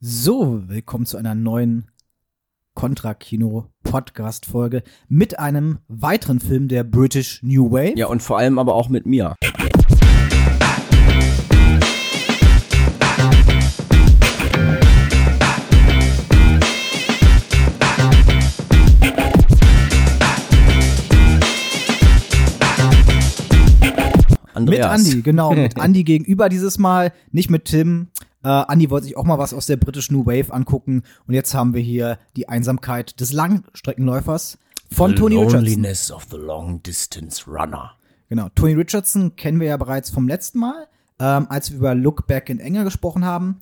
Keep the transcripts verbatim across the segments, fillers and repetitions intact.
So, willkommen zu einer neuen Kontra-Kino-Podcast-Folge mit einem weiteren Film der British New Wave. Ja, und vor allem aber auch mit mir. Mit Andreas. Andi, genau, mit Andi gegenüber dieses Mal, nicht mit Tim. Äh, Andi wollte sich auch mal was aus der British New Wave angucken und jetzt haben wir hier die Einsamkeit des Langstreckenläufers von the Tony Richardson. Loneliness of the Long Distance Runner. Genau, Tony Richardson kennen wir ja bereits vom letzten Mal, ähm, als wir über Look Back in Anger gesprochen haben.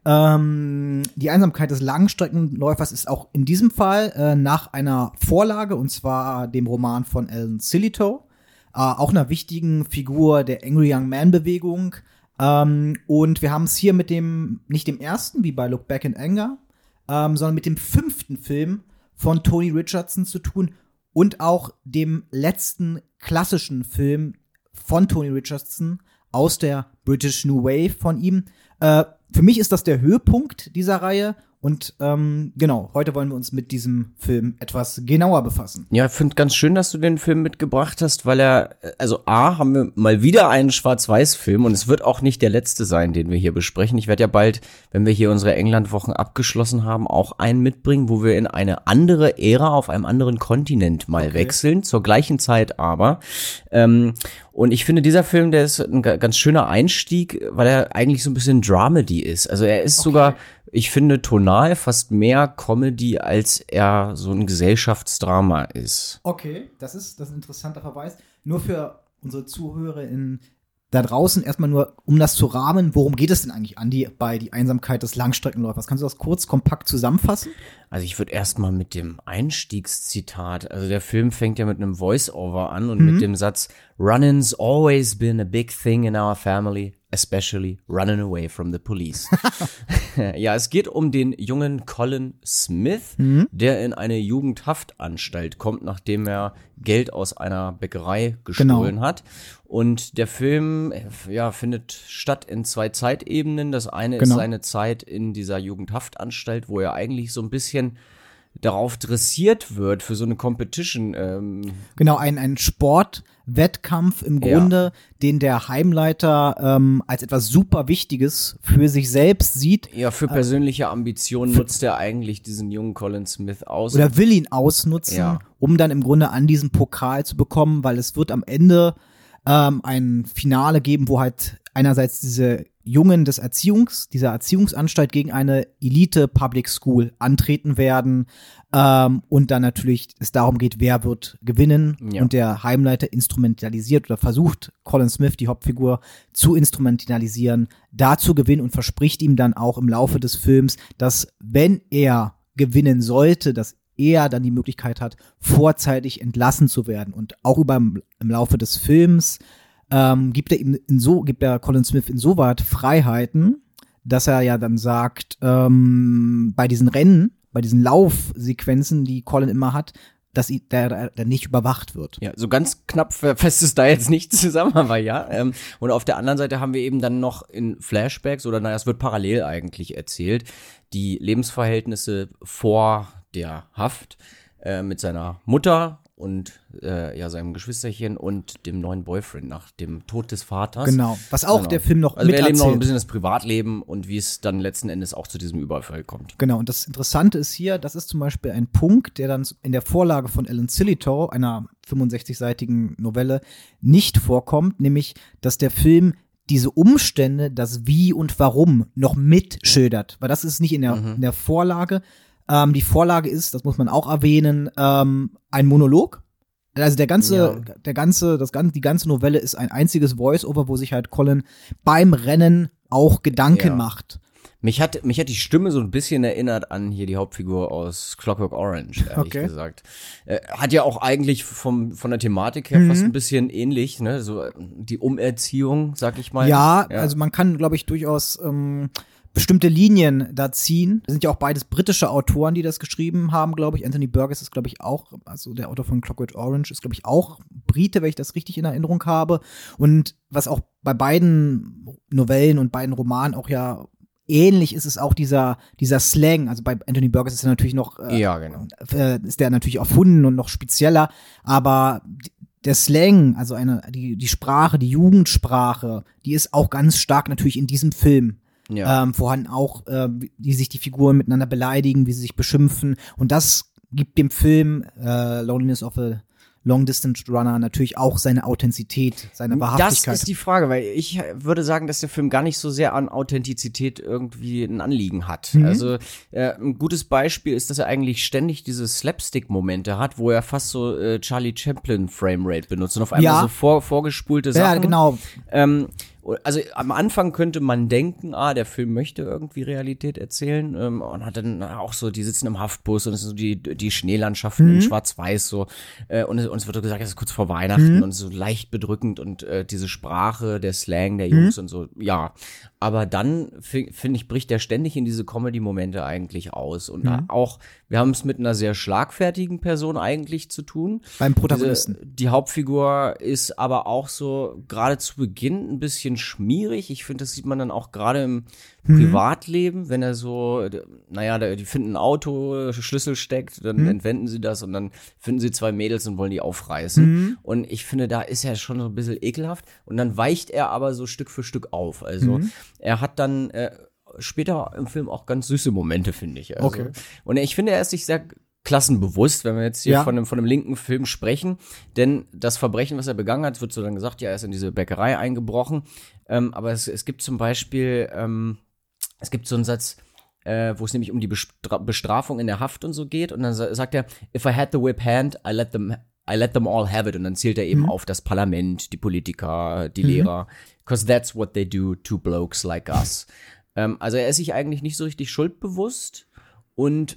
Ähm, die Einsamkeit des Langstreckenläufers ist auch in diesem Fall äh, nach einer Vorlage, und zwar dem Roman von Alan Sillitoe, äh, auch einer wichtigen Figur der Angry Young Man Bewegung. Ähm, und wir haben es hier mit dem, nicht dem ersten, wie bei Look Back in Anger, ähm, sondern mit dem fünften Film von Tony Richardson zu tun und auch dem letzten klassischen Film von Tony Richardson aus der British New Wave von ihm. Äh, für mich ist das der Höhepunkt dieser Reihe. Und ähm, genau, heute wollen wir uns mit diesem Film etwas genauer befassen. Ja, ich finde ganz schön, dass du den Film mitgebracht hast, weil er, also A, haben wir mal wieder einen Schwarz-Weiß-Film und es wird auch nicht der letzte sein, den wir hier besprechen. Ich werde ja bald, wenn wir hier unsere England-Wochen abgeschlossen haben, auch einen mitbringen, wo wir in eine andere Ära auf einem anderen Kontinent mal okay. wechseln, zur gleichen Zeit aber. Ähm, und ich finde, dieser Film, der ist ein ganz schöner Einstieg, weil er eigentlich so ein bisschen Dramedy ist. Also er ist okay. sogar, ich finde, tonal fast mehr Comedy, als er so ein Gesellschaftsdrama ist. Okay, das ist, das ist ein interessanter Verweis. Nur für unsere Zuhörer in, da draußen erstmal nur, um das zu rahmen, worum geht es denn eigentlich, Andi, bei Die Einsamkeit des Langstreckenläufers? Kannst du das kurz, kompakt zusammenfassen? Also ich würde erstmal mit dem Einstiegszitat, also der Film fängt ja mit einem Voice-Over an und mhm. mit dem Satz, Running's always been a big thing in our family, especially running away from the police. Ja, es geht um den jungen Colin Smith, mhm. der in eine Jugendhaftanstalt kommt, nachdem er Geld aus einer Bäckerei gestohlen genau. hat. Und der Film ja, findet statt in zwei Zeitebenen. Das eine genau. ist seine Zeit in dieser Jugendhaftanstalt, wo er eigentlich so ein bisschen darauf dressiert wird für so eine Competition. Ähm. Genau, ein, ein Sportwettkampf im Grunde, ja. den der Heimleiter ähm, als etwas super Wichtiges für sich selbst sieht. Ja, für persönliche Ambitionen für, nutzt er eigentlich diesen jungen Colin Smith aus. Oder will ihn ausnutzen, ja. um dann im Grunde an diesen Pokal zu bekommen, weil es wird am Ende ähm, ein Finale geben, wo halt einerseits diese Jungen des Erziehungs, dieser Erziehungsanstalt gegen eine Elite Public School antreten werden ähm, und dann natürlich es darum geht, wer wird gewinnen ja. und der Heimleiter instrumentalisiert oder versucht, Colin Smith, die Hauptfigur, zu instrumentalisieren, da zu gewinnen und verspricht ihm dann auch im Laufe des Films, dass wenn er gewinnen sollte, dass er dann die Möglichkeit hat, vorzeitig entlassen zu werden und auch über im Laufe des Films Ähm, gibt er ihm in so, gibt er Colin Smith insoweit Freiheiten, dass er ja dann sagt, ähm, bei diesen Rennen, bei diesen Laufsequenzen, die Colin immer hat, dass ihn, der, der nicht überwacht wird. Ja, so ganz knapp fest ist da jetzt nicht zusammen, aber ja. Ähm, und auf der anderen Seite haben wir eben dann noch in Flashbacks, oder naja, es wird parallel eigentlich erzählt, die Lebensverhältnisse vor der Haft äh, mit seiner Mutter und äh, ja seinem Geschwisterchen und dem neuen Boyfriend nach dem Tod des Vaters. Genau, was auch genau. der Film noch also mit wir erleben erzählt. noch ein bisschen das Privatleben und wie es dann letzten Endes auch zu diesem Überfall kommt. Genau, und das Interessante ist hier, das ist zum Beispiel ein Punkt, der dann in der Vorlage von Alan Sillitoe, einer fünfundsechzig-seitigen Novelle, nicht vorkommt, nämlich, dass der Film diese Umstände, das Wie und Warum noch mitschildert, weil das ist nicht in der, mhm. in der Vorlage. Ähm, die Vorlage ist, das muss man auch erwähnen, ähm, ein Monolog. Also der ganze, ja. der ganze, das ganze, die ganze Novelle ist ein einziges Voice-Over, wo sich halt Colin beim Rennen auch Gedanken ja. macht. Mich hat, mich hat die Stimme so ein bisschen erinnert an hier die Hauptfigur aus Clockwork Orange, ehrlich okay. gesagt. Äh, hat ja auch eigentlich vom, von der Thematik her mhm. fast ein bisschen ähnlich, ne, so die Umerziehung, sag ich mal. Ja, ja. also man kann, glaube ich, durchaus, ähm, bestimmte Linien da ziehen. Das sind ja auch beides britische Autoren, die das geschrieben haben, glaube ich. Anthony Burgess ist, glaube ich, auch, also der Autor von Clockwork Orange ist, glaube ich, auch Brite, wenn ich das richtig in Erinnerung habe. Und was auch bei beiden Novellen und beiden Romanen auch ja ähnlich ist es auch dieser, dieser Slang. Also bei Anthony Burgess ist er natürlich noch, äh, ja, genau. äh, ist der natürlich erfunden und noch spezieller, aber der Slang, also eine, die, die Sprache, die Jugendsprache, die ist auch ganz stark natürlich in diesem Film. Ja. Ähm, vorhanden auch, äh, wie sich die Figuren miteinander beleidigen, wie sie sich beschimpfen. Und das gibt dem Film äh, Loneliness of a Long Distance Runner natürlich auch seine Authentizität, seine Wahrhaftigkeit. Das ist die Frage, weil ich würde sagen, dass der Film gar nicht so sehr an Authentizität irgendwie ein Anliegen hat. Mhm. Also äh, ein gutes Beispiel ist, dass er eigentlich ständig diese Slapstick-Momente hat, wo er fast so äh, Charlie Chaplin Framerate benutzt und auf einmal ja. so vor, vorgespulte Sachen. Ja, genau. Ähm, Also am Anfang könnte man denken, ah, der Film möchte irgendwie Realität erzählen ähm, und hat dann auch so, die sitzen im Haftbus und es sind so die, die Schneelandschaften mhm. in Schwarz-Weiß so äh, und es, uns wird gesagt, es ist kurz vor Weihnachten mhm. und so leicht bedrückend und äh, diese Sprache, der Slang der Jungs mhm. und so, ja. Aber dann, finde ich, bricht der ständig in diese Comedy-Momente eigentlich aus. Und mhm. auch, wir haben es mit einer sehr schlagfertigen Person eigentlich zu tun. Beim Protagonisten. Diese, die Hauptfigur ist aber auch so, gerade zu Beginn ein bisschen schmierig. Ich finde, das sieht man dann auch gerade im mhm. Privatleben, wenn er so, naja, die finden ein Auto, Schlüssel steckt, dann mhm. entwenden sie das und dann finden sie zwei Mädels und wollen die aufreißen. Mhm. Und ich finde, da ist er schon so ein bisschen ekelhaft. Und dann weicht er aber so Stück für Stück auf. Also, mhm. er hat dann äh, später im Film auch ganz süße Momente, finde ich. Also, okay. Und ich finde, er ist sich sehr klassenbewusst, wenn wir jetzt hier ja. von, einem, von einem linken Film sprechen. Denn das Verbrechen, was er begangen hat, wird so dann gesagt, ja, er ist in diese Bäckerei eingebrochen. Ähm, aber es, es gibt zum Beispiel, ähm, es gibt so einen Satz, äh, wo es nämlich um die Bestra- Bestrafung in der Haft und so geht. Und dann sa- sagt er, if I had the whip hand, I let them I let them all have it. Und dann zählt er eben mhm. auf das Parlament, die Politiker, die mhm. Lehrer. Because that's what they do to blokes like us. Ähm, also er ist sich eigentlich nicht so richtig schuldbewusst und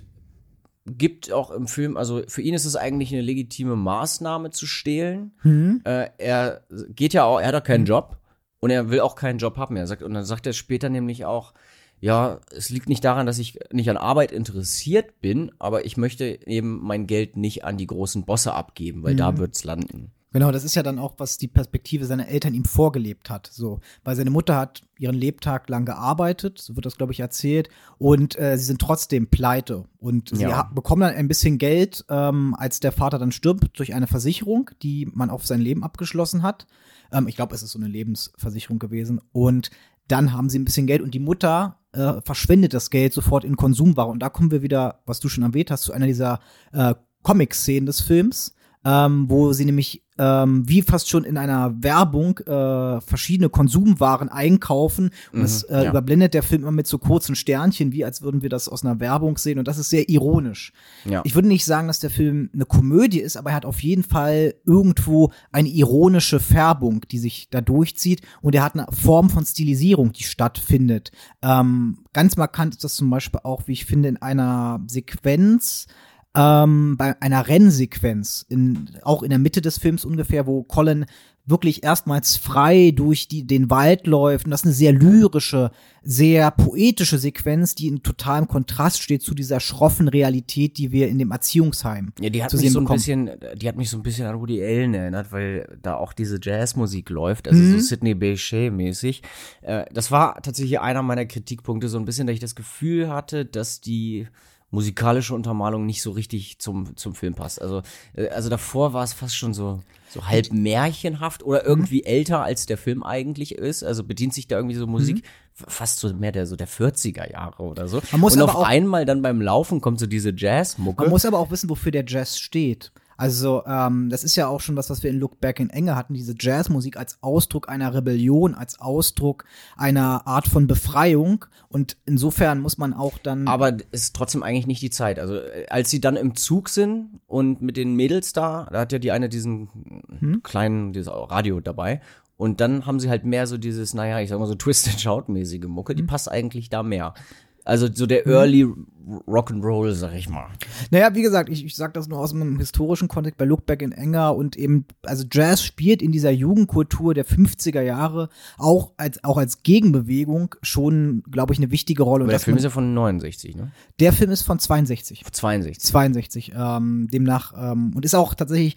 gibt auch im Film, also für ihn ist es eigentlich eine legitime Maßnahme zu stehlen. Mhm. Äh, er geht ja auch, er hat auch keinen Job und er will auch keinen Job haben. Er sagt, und dann sagt er später nämlich auch, ja, es liegt nicht daran, dass ich nicht an Arbeit interessiert bin, aber ich möchte eben mein Geld nicht an die großen Bosse abgeben, weil mhm. da wird's landen. Genau, das ist ja dann auch, was die Perspektive seiner Eltern ihm vorgelebt hat. So, weil seine Mutter hat ihren Lebtag lang gearbeitet, so wird das, glaube ich, erzählt, und äh, sie sind trotzdem pleite. Und sie ja. ha- bekommen dann ein bisschen Geld, ähm, als der Vater dann stirbt, durch eine Versicherung, die man auf sein Leben abgeschlossen hat. Ähm, ich glaube, es ist so eine Lebensversicherung gewesen. Und dann haben sie ein bisschen Geld und die Mutter äh, verschwendet das Geld sofort in Konsumware. Und da kommen wir wieder, was du schon erwähnt hast, zu einer dieser äh, Comic-Szenen des Films, ähm, wo sie nämlich ähm, wie fast schon in einer Werbung äh, verschiedene Konsumwaren einkaufen. Und mhm, das äh, ja. überblendet der Film immer mit so kurzen Sternchen, wie als würden wir das aus einer Werbung sehen. Und das ist sehr ironisch. Ja. Ich würde nicht sagen, dass der Film eine Komödie ist, aber er hat auf jeden Fall irgendwo eine ironische Färbung, die sich da durchzieht. Und er hat eine Form von Stilisierung, die stattfindet. Ähm, ganz markant ist das zum Beispiel auch, wie ich finde, in einer Sequenz, Ähm, bei einer Rennsequenz, in, auch in der Mitte des Films ungefähr, wo Colin wirklich erstmals frei durch die, den Wald läuft. Und das ist eine sehr lyrische, sehr poetische Sequenz, die in totalem Kontrast steht zu dieser schroffen Realität, die wir in dem Erziehungsheim ja, die hat zu mich sehen so ein bekommen. bisschen, die hat mich so ein bisschen an Woody Allen erinnert, weil da auch diese Jazzmusik läuft, also mhm. so Sidney Bechet-mäßig. Äh, das war tatsächlich einer meiner Kritikpunkte, so ein bisschen, dass ich das Gefühl hatte, dass die musikalische Untermalung nicht so richtig zum zum Film passt. Also also davor war es fast schon so so halb märchenhaft oder irgendwie mhm. älter als der Film eigentlich ist. Also bedient sich da irgendwie so Musik mhm. fast so mehr der so der vierziger Jahre oder so. Man muss und aber auf auch, einmal dann beim Laufen kommt so diese Jazzmucke. Man muss aber auch wissen, wofür der Jazz steht. Also ähm, das ist ja auch schon was, was wir in Look Back in Anger hatten, diese Jazzmusik als Ausdruck einer Rebellion, als Ausdruck einer Art von Befreiung, und insofern muss man auch dann… Aber es ist trotzdem eigentlich nicht die Zeit. Also als sie dann im Zug sind und mit den Mädels da, da hat ja die eine diesen hm? kleinen, dieses Radio dabei, und dann haben sie halt mehr so dieses, naja, ich sag mal so Twist-and-Shout-mäßige Mucke, die hm. passt eigentlich da mehr. Also so der Early Rock'n'Roll, sag ich mal. Naja, wie gesagt, ich, ich sag das nur aus einem historischen Kontext bei Look Back in Anger, und eben, also Jazz spielt in dieser Jugendkultur der fünfziger Jahre auch als auch als Gegenbewegung schon, glaube ich, eine wichtige Rolle. Aber der Film ist ja von neunundsechzig, ne? Der Film ist von zweiundsechzig. zweiundsechzig. zweiundsechzig, ähm, demnach, ähm, und ist auch tatsächlich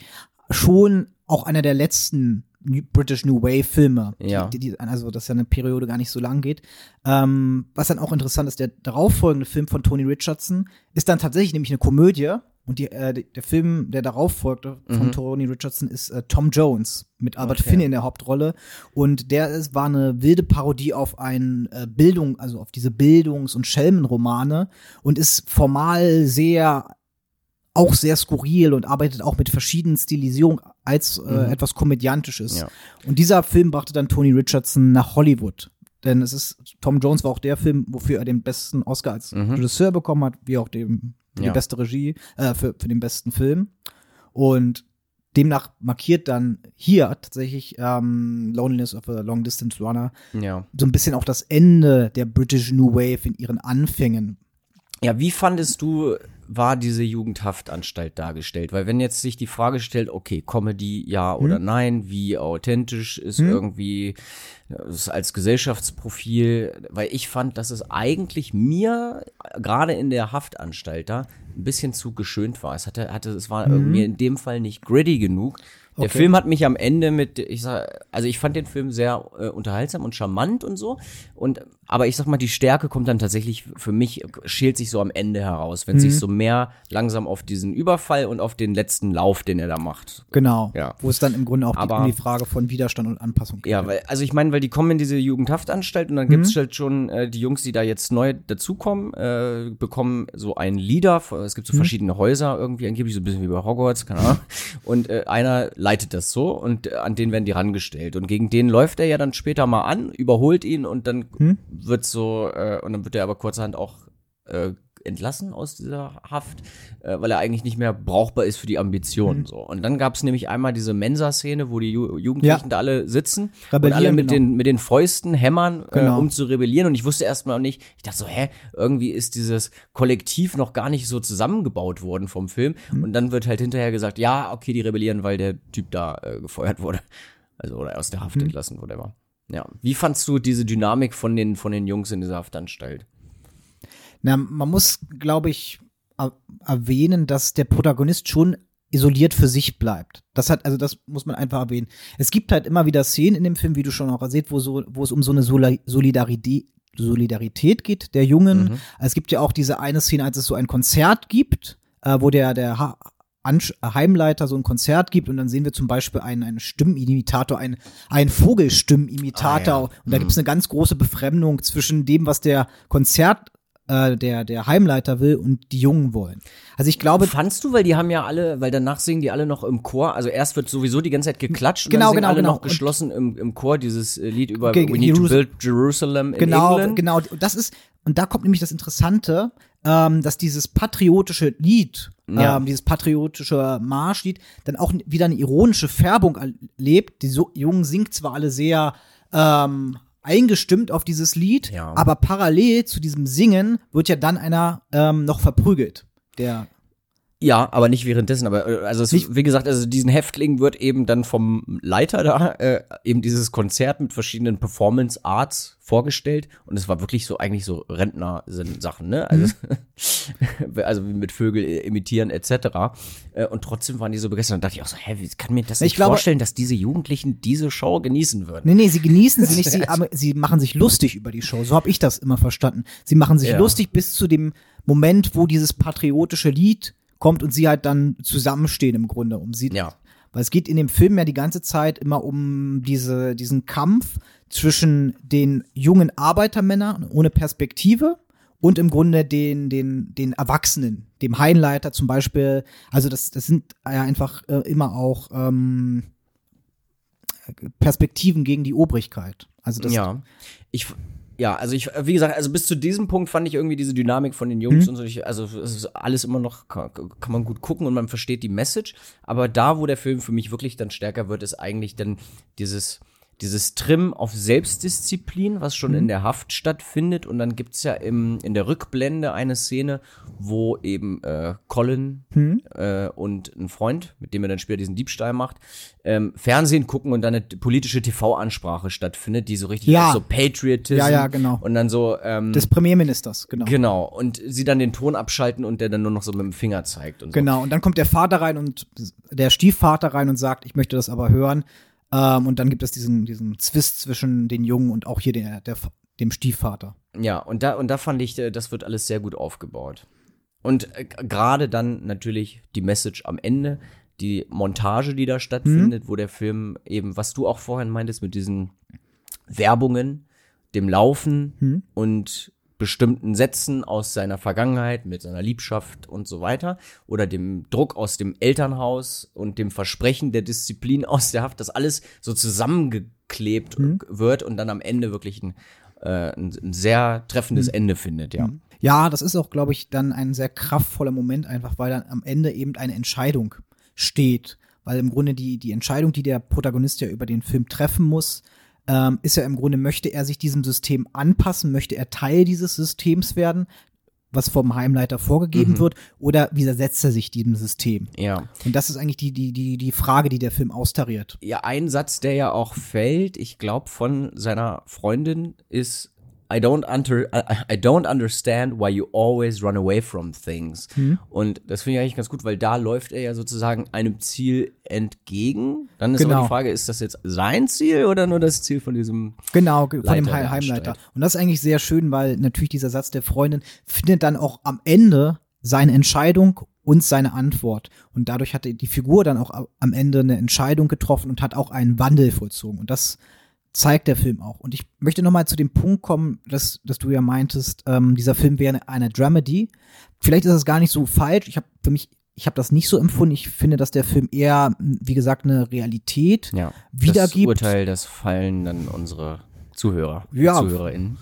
schon auch einer der letzten New, British New Wave Filme. Ja. Die, die, also, dass ja eine Periode gar nicht so lang geht. Ähm, was dann auch interessant ist, der darauffolgende Film von Tony Richardson ist dann tatsächlich nämlich eine Komödie. Und die, äh, der Film, der darauf folgte von mhm. Tony Richardson, ist äh, Tom Jones mit Albert okay. Finney in der Hauptrolle. Und der ist, war eine wilde Parodie auf ein äh, Bildung, also auf diese Bildungs- und Schelmenromane und ist formal sehr, auch sehr skurril und arbeitet auch mit verschiedenen Stilisierungen als äh, mhm. etwas Komödiantisches. Ja. Und dieser Film brachte dann Tony Richardson nach Hollywood. Denn es ist, Tom Jones war auch der Film, wofür er den besten Oscar als mhm. Regisseur bekommen hat, wie auch dem für ja. die beste Regie, äh, für, für den besten Film. Und demnach markiert dann hier tatsächlich ähm, Loneliness of a Long Distance Runner ja. so ein bisschen auch das Ende der British New Wave in ihren Anfängen. Ja, wie fandest du, war diese Jugendhaftanstalt dargestellt? Weil wenn jetzt sich die Frage stellt, okay, Comedy, ja oder hm. nein, wie authentisch ist hm. irgendwie das als Gesellschaftsprofil, weil ich fand, dass es eigentlich mir, gerade in der Haftanstalt da, ein bisschen zu geschönt war. Es hatte, hatte, es war mhm. mir in dem Fall nicht gritty genug. Der okay. Film hat mich am Ende mit, ich sag, also ich fand den Film sehr äh, unterhaltsam und charmant und so. Und aber ich sag mal, die Stärke kommt dann tatsächlich für mich, schält sich so am Ende heraus, wenn mhm. sich so mehr langsam auf diesen Überfall und auf den letzten Lauf, den er da macht. Genau. Ja. Wo es dann im Grunde auch aber, die, um die Frage von Widerstand und Anpassung geht. Ja, weil, also ich meine, weil die kommen in diese Jugendhaftanstalt und dann mhm. gibt's halt schon äh, die Jungs, die da jetzt neu dazukommen, äh, bekommen so einen Leader. Es gibt so mhm. verschiedene Häuser irgendwie, angeblich so ein bisschen wie bei Hogwarts, keine Ahnung. Und äh, einer leitet das so und äh, an den werden die rangestellt. Und gegen den läuft er ja dann später mal an, überholt ihn und dann hm? wird so, äh, und dann wird er aber kurzerhand auch äh, entlassen aus dieser Haft, äh, weil er eigentlich nicht mehr brauchbar ist für die Ambitionen. Hm. So. Und dann gab es nämlich einmal diese Mensa-Szene, wo die Ju- Jugendlichen ja. da alle sitzen rebellieren, und alle mit, genau. den, mit den Fäusten hämmern, genau. äh, um zu rebellieren. Und ich wusste erstmal nicht, ich dachte so, hä, irgendwie ist dieses Kollektiv noch gar nicht so zusammengebaut worden vom Film. Hm. Und dann wird halt hinterher gesagt, ja, okay, die rebellieren, weil der Typ da äh, gefeuert wurde. Also, oder aus der Haft hm. entlassen wurde. Aber. Ja. Wie fandst du diese Dynamik von den, von den Jungs in dieser Haftanstalt? Na, man muss, glaube ich, er- erwähnen, dass der Protagonist schon isoliert für sich bleibt. Das hat, also das muss man einfach erwähnen. Es gibt halt immer wieder Szenen in dem Film, wie du schon auch erzählt, wo so, wo es um so eine Soli- Solidarität, Solidarität geht der Jungen. Mhm. Es gibt ja auch diese eine Szene, als es so ein Konzert gibt, äh, wo der, der ha- Ansch- Heimleiter so ein Konzert gibt und dann sehen wir zum Beispiel einen, einen Stimmenimitator, einen, einen Vogelstimmenimitator Ah, ja. und da Mhm. gibt es eine ganz große Befremdung zwischen dem, was der Konzert äh, der der Heimleiter will und die Jungen wollen. Also ich glaube, Fandst du, weil die haben ja alle, weil danach singen die alle noch im Chor, also erst wird sowieso die ganze Zeit geklatscht Genau, und dann singen genau, alle genau. noch geschlossen im, im Chor dieses äh, Lied über Ge- We need Jerus- to build Jerusalem in genau, England. genau, das ist und da kommt nämlich das Interessante, ähm, dass dieses patriotische Lied, Ja. ähm, dieses patriotische Marschlied, dann auch wieder eine ironische Färbung erlebt. Die so Jungen singen zwar alle sehr ähm, eingestimmt auf dieses Lied, Ja. aber parallel zu diesem Singen wird ja dann einer ähm, noch verprügelt. Der Ja, aber nicht währenddessen, aber äh, also es, Nicht- wie gesagt, also diesen Häftling wird eben dann vom Leiter da äh, eben dieses Konzert mit verschiedenen Performance Arts vorgestellt und es war wirklich so eigentlich so Rentner-Sachen, ne? Also, also wie mit Vögel imitieren et cetera. Äh, Und trotzdem waren die so begeistert und dachte ich auch so, hä, wie kann mir das Ich nicht glaube- vorstellen, dass diese Jugendlichen diese Show genießen würden? Nee, nee, sie genießen sie nicht, sie, aber sie machen sich lustig über die Show. So habe ich das immer verstanden. Sie machen sich Ja. lustig bis zu dem Moment, wo dieses patriotische Lied kommt und sie halt dann zusammenstehen im Grunde. Um sie, Ja. Weil es geht in dem Film ja die ganze Zeit immer um diese, diesen Kampf zwischen den jungen Arbeitermännern ohne Perspektive und im Grunde den, den, den Erwachsenen, dem Heimleiter zum Beispiel. Also das, das sind ja einfach äh, immer auch ähm, Perspektiven gegen die Obrigkeit. Also das, Ja, ich, ja, also ich, wie gesagt, also bis zu diesem Punkt fand ich irgendwie diese Dynamik von den Jungs Mhm. und so, ich, also es ist alles immer noch, kann, kann man gut gucken und man versteht die Message, aber da, wo der Film für mich wirklich dann stärker wird, ist eigentlich dann dieses, dieses Trimmen auf Selbstdisziplin, was schon mhm. in der Haft stattfindet. Und dann gibt's ja im, in der Rückblende eine Szene, wo eben äh, Colin mhm. äh, und ein Freund, mit dem er dann später diesen Diebstahl macht, ähm, Fernsehen gucken und dann eine politische T V-Ansprache stattfindet, die so richtig ja. so Patriotism ja, ja, genau. und dann so ähm, des Premierministers, genau. Genau. Und sie dann den Ton abschalten und der dann nur noch so mit dem Finger zeigt und so. Genau. Und dann kommt der Vater rein und der Stiefvater rein und sagt, ich möchte das aber hören. Ähm, und dann gibt es diesen, diesen Zwist zwischen den Jungen und auch hier der, der, dem Stiefvater. Ja, und da, und da fand ich, das wird alles sehr gut aufgebaut. Und äh, gerade dann natürlich die Message am Ende, die Montage, die da stattfindet, mhm. wo der Film eben, was du auch vorhin meintest, mit diesen Werbungen, dem Laufen mhm. und bestimmten Sätzen aus seiner Vergangenheit mit seiner Liebschaft und so weiter oder dem Druck aus dem Elternhaus und dem Versprechen der Disziplin aus der Haft, dass alles so zusammengeklebt mhm. wird und dann am Ende wirklich ein, äh, ein, ein sehr treffendes mhm. Ende findet, ja. Ja, das ist auch, glaube ich, dann ein sehr kraftvoller Moment einfach, weil dann am Ende eben eine Entscheidung steht, weil im Grunde die, die Entscheidung, die der Protagonist ja über den Film treffen muss, Ähm, ist ja im Grunde, möchte er sich diesem System anpassen, möchte er Teil dieses Systems werden, was vom Heimleiter vorgegeben mhm. wird, oder widersetzt er sich diesem System? Ja. Und das ist eigentlich die, die, die, die Frage, die der Film austariert. Ja, ein Satz, der ja auch fällt, ich glaube, von seiner Freundin ist I don't, under, I, I don't understand why you always run away from things. Mhm. Und das finde ich eigentlich ganz gut, weil da läuft er ja sozusagen einem Ziel entgegen. Dann ist genau. aber die Frage, ist das jetzt sein Ziel oder nur das Ziel von diesem Genau, von Leiter dem He- Heimleiter. Und das ist eigentlich sehr schön, weil natürlich dieser Satz der Freundin findet dann auch am Ende seine Entscheidung und seine Antwort. Und dadurch hat die Figur dann auch am Ende eine Entscheidung getroffen und hat auch einen Wandel vollzogen. Und das zeigt der Film auch. Und ich möchte noch mal zu dem Punkt kommen, dass, dass du ja meintest, ähm, dieser Film wäre eine, eine Dramedy. Vielleicht ist das gar nicht so falsch. Ich habe für mich, ich habe das nicht so empfunden. Ich finde, dass der Film eher, wie gesagt, eine Realität ja, wiedergibt. Das Urteil, das fallen dann unsere Zuhörer, ja, ZuhörerInnen.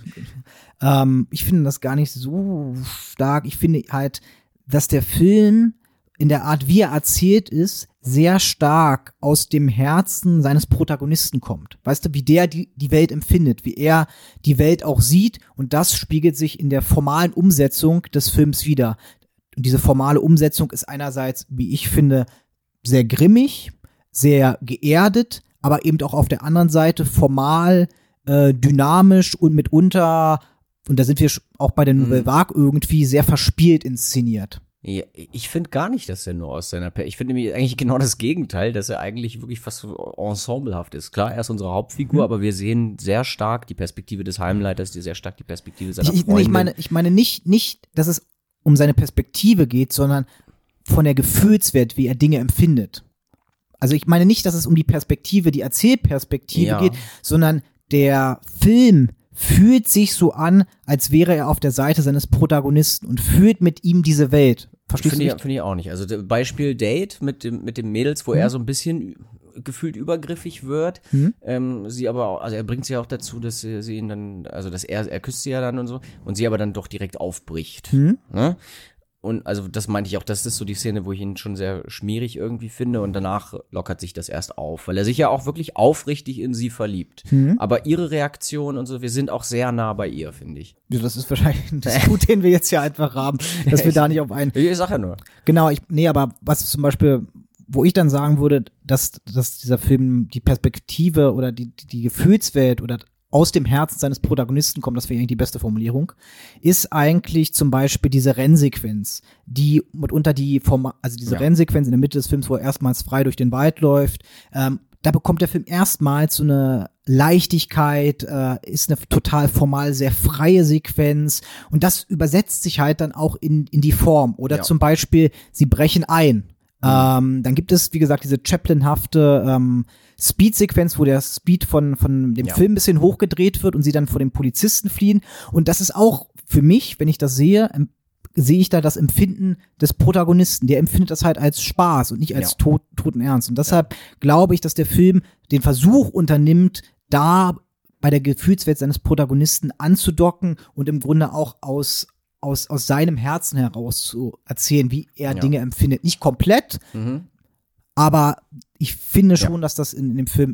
Ähm, ich finde das gar nicht so stark. Ich finde halt, dass der Film in der Art, wie er erzählt ist, sehr stark aus dem Herzen seines Protagonisten kommt. Weißt du, wie der die, die Welt empfindet, wie er die Welt auch sieht, und das spiegelt sich in der formalen Umsetzung des Films wider. Und diese formale Umsetzung ist einerseits, wie ich finde, sehr grimmig, sehr geerdet, aber eben auch auf der anderen Seite formal, äh, dynamisch und mitunter, und da sind wir auch bei der Nouvelle Vague irgendwie, sehr verspielt inszeniert. Ja, ich finde gar nicht, dass er nur aus seiner Per- Ich finde nämlich eigentlich genau das Gegenteil, dass er eigentlich wirklich fast so ensemblehaft ist. Klar, er ist unsere Hauptfigur, mhm. aber wir sehen sehr stark die Perspektive des Heimleiters, die sehr stark die Perspektive seiner ich, Freundin. Ich meine, ich meine nicht, nicht, dass es um seine Perspektive geht, sondern von der Gefühlswelt, wie er Dinge empfindet. Also ich meine nicht, dass es um die Perspektive, die Erzählperspektive ja. geht, sondern der Film fühlt sich so an, als wäre er auf der Seite seines Protagonisten und fühlt mit ihm diese Welt. Verstehst Finde du? ich, finde ich auch nicht. Also Beispiel Date mit dem mit dem Mädels, wo mhm. er so ein bisschen gefühlt übergriffig wird. Mhm. Ähm, sie aber auch, also er bringt sie auch dazu, dass sie, sie ihn dann, also dass er, er küsst sie ja dann und so, und sie aber dann doch direkt aufbricht. Mhm. Ne? Und also das meinte ich auch, das ist so die Szene, wo ich ihn schon sehr schmierig irgendwie finde, und danach lockert sich das erst auf, weil er sich ja auch wirklich aufrichtig in sie verliebt. Mhm. Aber ihre Reaktion und so, wir sind auch sehr nah bei ihr, finde ich. Ja, das ist wahrscheinlich das Gut, den wir jetzt hier einfach haben, dass wir da nicht auf einen. Ich sag ja nur. Genau, ich, nee, aber was zum Beispiel, wo ich dann sagen würde, dass, dass dieser Film die Perspektive oder die, die Gefühlswelt oder aus dem Herzen seines Protagonisten kommt, das wäre eigentlich die beste Formulierung, ist eigentlich zum Beispiel diese Rennsequenz, die mitunter die Form, also diese ja. Rennsequenz in der Mitte des Films, wo er erstmals frei durch den Wald läuft, ähm, da bekommt der Film erstmals so eine Leichtigkeit, äh, ist eine total formal sehr freie Sequenz, und das übersetzt sich halt dann auch in, in die Form. Oder ja. zum Beispiel, sie brechen ein. Mhm. Ähm, dann gibt es, wie gesagt, diese Chaplin-hafte ähm, Speed-Sequenz, wo der Speed von, von dem ja. Film ein bisschen hochgedreht wird und sie dann vor dem Polizisten fliehen. Und das ist auch für mich, wenn ich das sehe, ähm, sehe ich da das Empfinden des Protagonisten. Der empfindet das halt als Spaß und nicht als ja. tot, toten Ernst. Und deshalb ja. glaube ich, dass der Film den Versuch unternimmt, da bei der Gefühlswelt seines Protagonisten anzudocken und im Grunde auch aus aus aus seinem Herzen heraus zu erzählen, wie er ja. Dinge empfindet. Nicht komplett, mhm. aber ich finde schon, ja. dass das in, in dem Film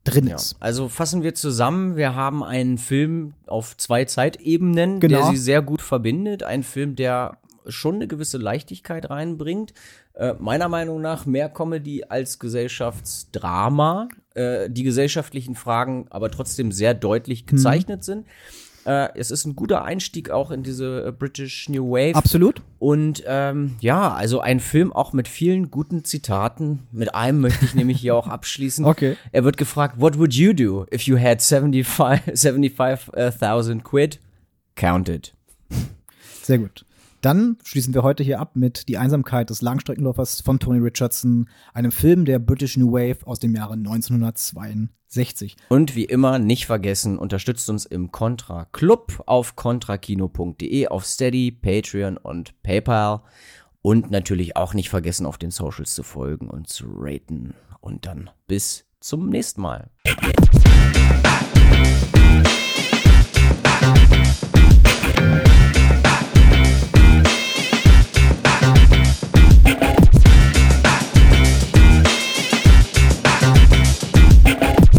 drin Ja. ist. Also fassen wir zusammen, wir haben einen Film auf zwei Zeitebenen, Genau. der sie sehr gut verbindet. Ein Film, der schon eine gewisse Leichtigkeit reinbringt. Äh, meiner Meinung nach mehr Comedy als Gesellschaftsdrama. Äh, die gesellschaftlichen Fragen aber trotzdem sehr deutlich gezeichnet mhm. sind. Äh, es ist ein guter Einstieg auch in diese äh, British New Wave. Absolut. Und ähm, ja, also ein Film auch mit vielen guten Zitaten. Mit einem möchte ich nämlich hier auch abschließen. Okay. Er wird gefragt, what would you do if you had seventy-five thousand quid? Count it. Sehr gut. Dann schließen wir heute hier ab mit Die Einsamkeit des Langstreckenläufers von Tony Richardson, einem Film der British New Wave aus dem Jahre neunzehnhundertzweiundsechzig. Und wie immer nicht vergessen, unterstützt uns im Contra Club auf contrakino punkt de, auf Steady, Patreon und PayPal. Und natürlich auch nicht vergessen, auf den Socials zu folgen und zu raten. Und dann bis zum nächsten Mal.